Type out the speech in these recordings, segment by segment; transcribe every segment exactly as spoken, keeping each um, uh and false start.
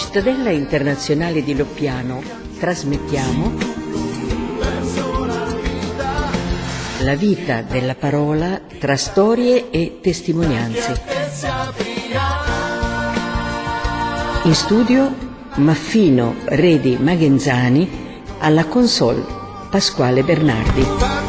Cittadella Internazionale di Loppiano trasmettiamo la vita della parola tra storie e testimonianze. In studio Maffino Redi Magenzani, alla console Pasquale Bernardi.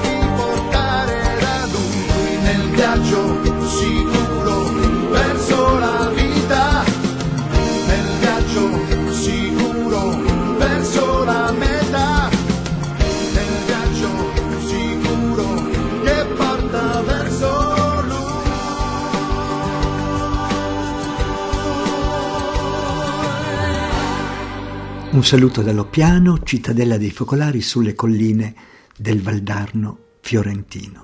Un saluto da Loppiano, cittadella dei focolari sulle colline del Valdarno fiorentino.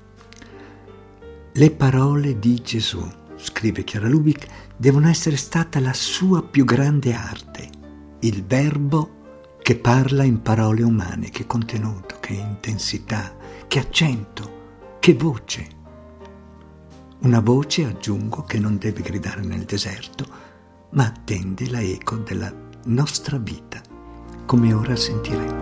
Le parole di Gesù, scrive Chiara Lubich, devono essere stata la sua più grande arte, il verbo che parla in parole umane, che contenuto, che intensità, che accento, che voce. Una voce, aggiungo, che non deve gridare nel deserto, ma attende la eco della nostra vita, come ora sentiremo.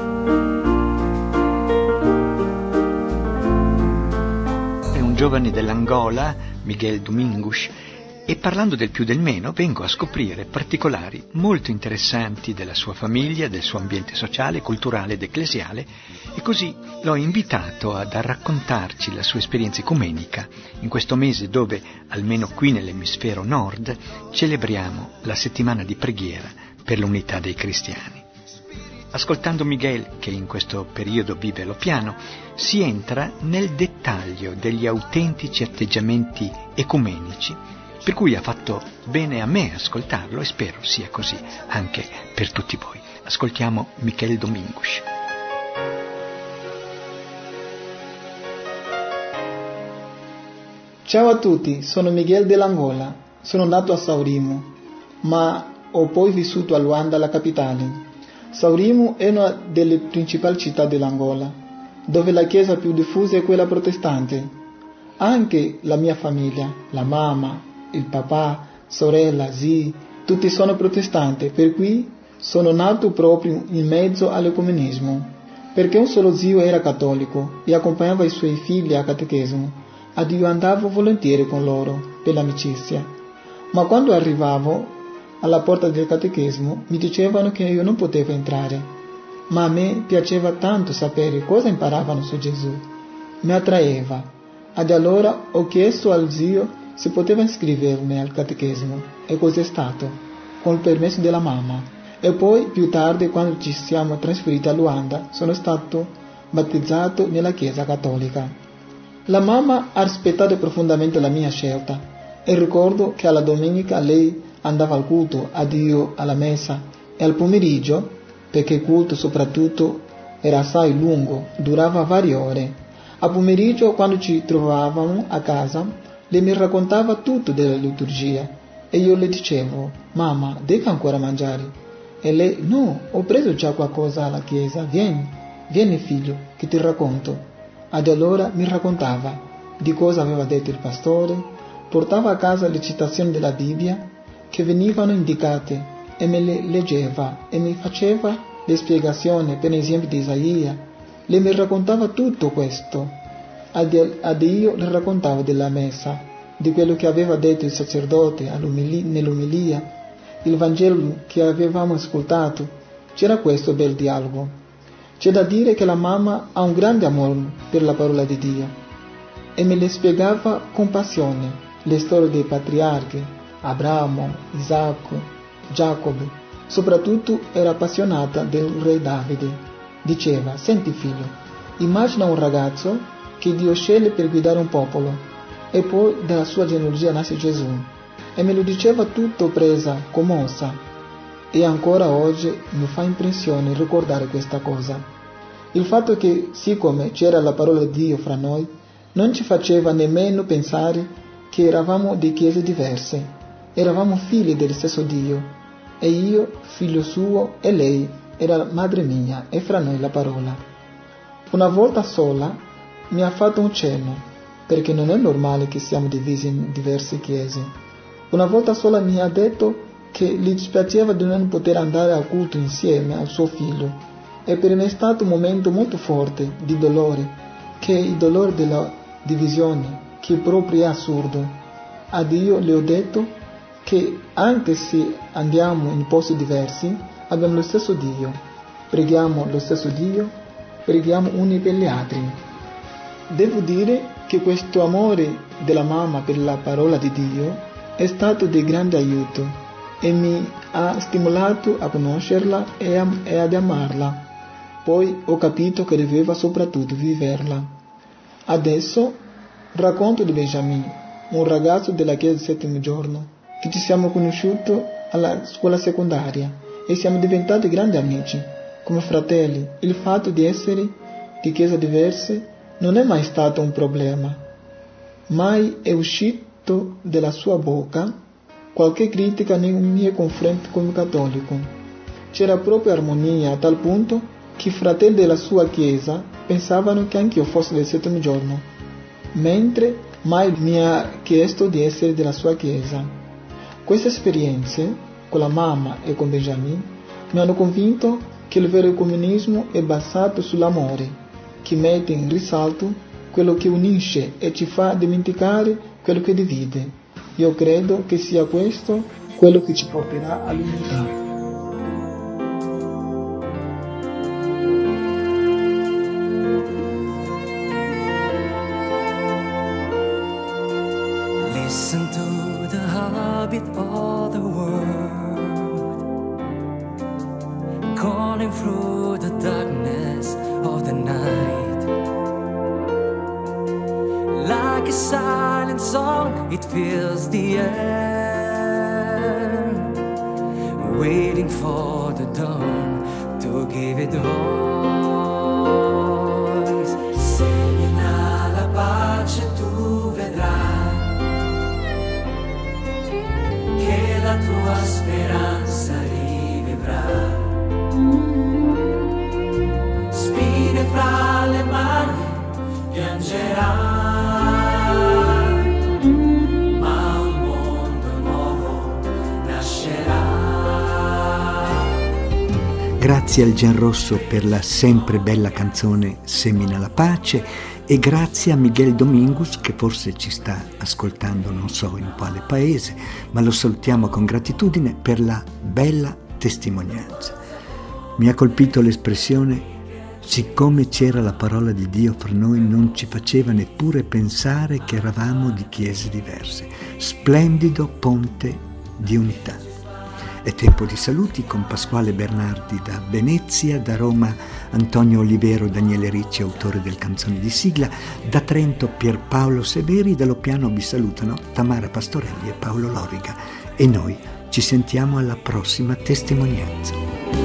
È un giovane dell'Angola, Miguel Domingos, e parlando del più del meno vengo a scoprire particolari molto interessanti della sua famiglia, del suo ambiente sociale, culturale ed ecclesiale, e così l'ho invitato a, a raccontarci la sua esperienza ecumenica in questo mese dove, almeno qui nell'emisfero nord, celebriamo la settimana di preghiera per l'unità dei cristiani. Ascoltando Miguel, che in questo periodo vive a Loppiano, si entra nel dettaglio degli autentici atteggiamenti ecumenici, per cui ha fatto bene a me ascoltarlo e spero sia così anche per tutti voi. Ascoltiamo Miguel Domingos. Ciao a tutti, sono Miguel dell'Angola, sono nato a Saurimo, ma ho poi vissuto a Luanda, la capitale. Saurimo è una delle principali città dell'Angola, dove la chiesa più diffusa è quella protestante. Anche la mia famiglia, la mamma, il papà, sorella, zii, tutti sono protestanti, per cui sono nato proprio in mezzo all'ecumenismo, perché un solo zio era cattolico e accompagnava i suoi figli a catechismo, ed io andavo volentieri con loro per l'amicizia. Ma quando arrivavo alla porta del catechismo mi dicevano che io non potevo entrare, ma a me piaceva tanto sapere cosa imparavano su Gesù. Mi attraeva, ed allora ho chiesto al zio se poteva iscrivermi al catechismo, e così è stato, con il permesso della mamma. E poi, più tardi, quando ci siamo trasferiti a Luanda, sono stato battezzato nella chiesa cattolica. La mamma ha rispettato profondamente la mia scelta, e ricordo che alla domenica lei andava al culto, a Dio alla messa, e al pomeriggio, perché il culto soprattutto era assai lungo, durava varie ore. A pomeriggio, quando ci trovavamo a casa, lei mi raccontava tutto della liturgia, e io le dicevo: mamma, devo ancora mangiare? E lei: no, ho preso già qualcosa alla chiesa, vieni, vieni figlio, che ti racconto. Ed allora mi raccontava di cosa aveva detto il pastore, portava a casa le citazioni della Bibbia che venivano indicate e me le leggeva e mi faceva le spiegazioni, per esempio di Isaia. Lei mi raccontava tutto questo, ed io le raccontavo della messa, di quello che aveva detto il sacerdote nell'umilia, il Vangelo che avevamo ascoltato. C'era questo bel dialogo. C'è da dire che la mamma ha un grande amore per la parola di Dio e me le spiegava con passione le storie dei patriarchi, Abramo, Isacco, Giacobbe. Soprattutto era appassionata del re Davide. Diceva: senti figlio, immagina un ragazzo che Dio sceglie per guidare un popolo, e poi dalla sua genealogia nasce Gesù. E me lo diceva tutto presa, commossa, e ancora oggi mi fa impressione ricordare questa cosa. Il fatto che, siccome c'era la parola di Dio fra noi, non ci faceva nemmeno pensare che eravamo di chiese diverse. Eravamo figli dello stesso Dio, e io, figlio suo, e lei era madre mia, e fra noi la parola. Una volta sola mi ha fatto un cenno, perché non è normale che siamo divisi in diverse chiese. Una volta sola mi ha detto che gli dispiaceva di non poter andare al culto insieme al suo figlio, e per me è stato un momento molto forte di dolore, che è il dolore della divisione, che proprio è assurdo. A Dio le ho detto che anche se andiamo in posti diversi, abbiamo lo stesso Dio, preghiamo lo stesso Dio, preghiamo uni per gli altri. Devo dire che questo amore della mamma per la parola di Dio è stato di grande aiuto e mi ha stimolato a conoscerla e, a, e ad amarla. Poi ho capito che doveva soprattutto viverla. Adesso racconto di Benjamin, un ragazzo della chiesa del settimo giorno, che ci siamo conosciuti alla scuola secondaria e siamo diventati grandi amici, come fratelli. Il fatto di essere di chiese diverse non è mai stato un problema. Mai è uscito dalla sua bocca qualche critica nei miei confronti come cattolico. C'era proprio armonia a tal punto che i fratelli della sua chiesa pensavano che anch'io fossi del settimo giorno, mentre mai mi ha chiesto di essere della sua chiesa. Queste esperienze con la mamma e con Benjamin mi hanno convinto che il vero comunismo è basato sull'amore, che mette in risalto quello che unisce e ci fa dimenticare quello che divide. Io credo che sia questo quello che ci porterà all'unità. Listen to the heartbeat of the world, calling through the darkness of the night. Like a silent song, it fills the air, waiting for the dawn to give it voice. Semina la pace, tu vedrai che la tua speranza rivivrà. Spine fra le mani piangerà. Grazie al Gianrosso per la sempre bella canzone Semina la pace e grazie a Miguel Dominguez che forse ci sta ascoltando non so in quale paese, ma lo salutiamo con gratitudine per la bella testimonianza. Mi ha colpito l'espressione siccome c'era la parola di Dio fra noi non ci faceva neppure pensare che eravamo di chiese diverse. Splendido ponte di unità. È tempo di saluti con Pasquale Bernardi da Venezia, da Roma Antonio Olivero, Daniele Ricci, autore del canzone di sigla, da Trento Pierpaolo Severi, dallo piano vi salutano Tamara Pastorelli e Paolo Loriga e noi ci sentiamo alla prossima testimonianza.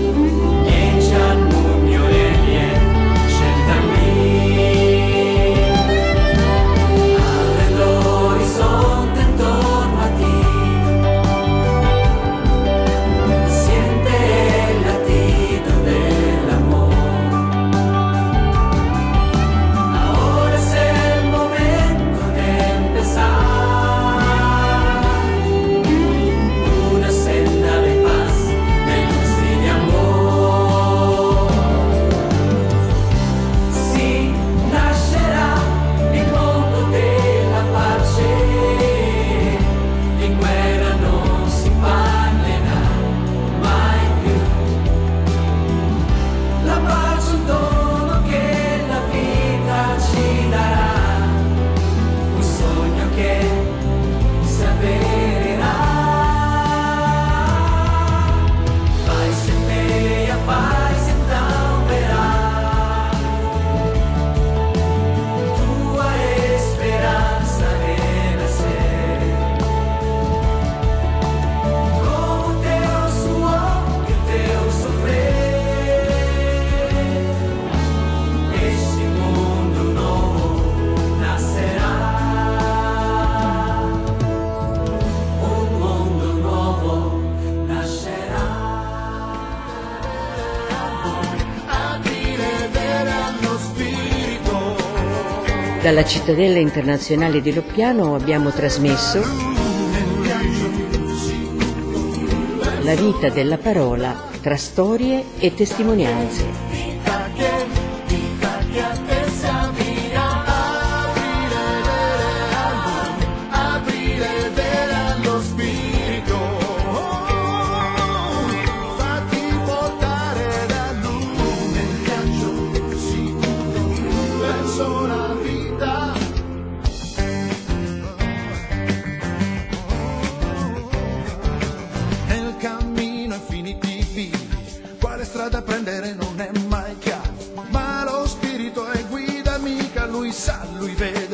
Dalla Cittadella Internazionale di Loppiano abbiamo trasmesso La vita della parola tra storie e testimonianze. Da prendere non è mai chiaro, ma lo spirito è guida, mica lui sa, lui vede.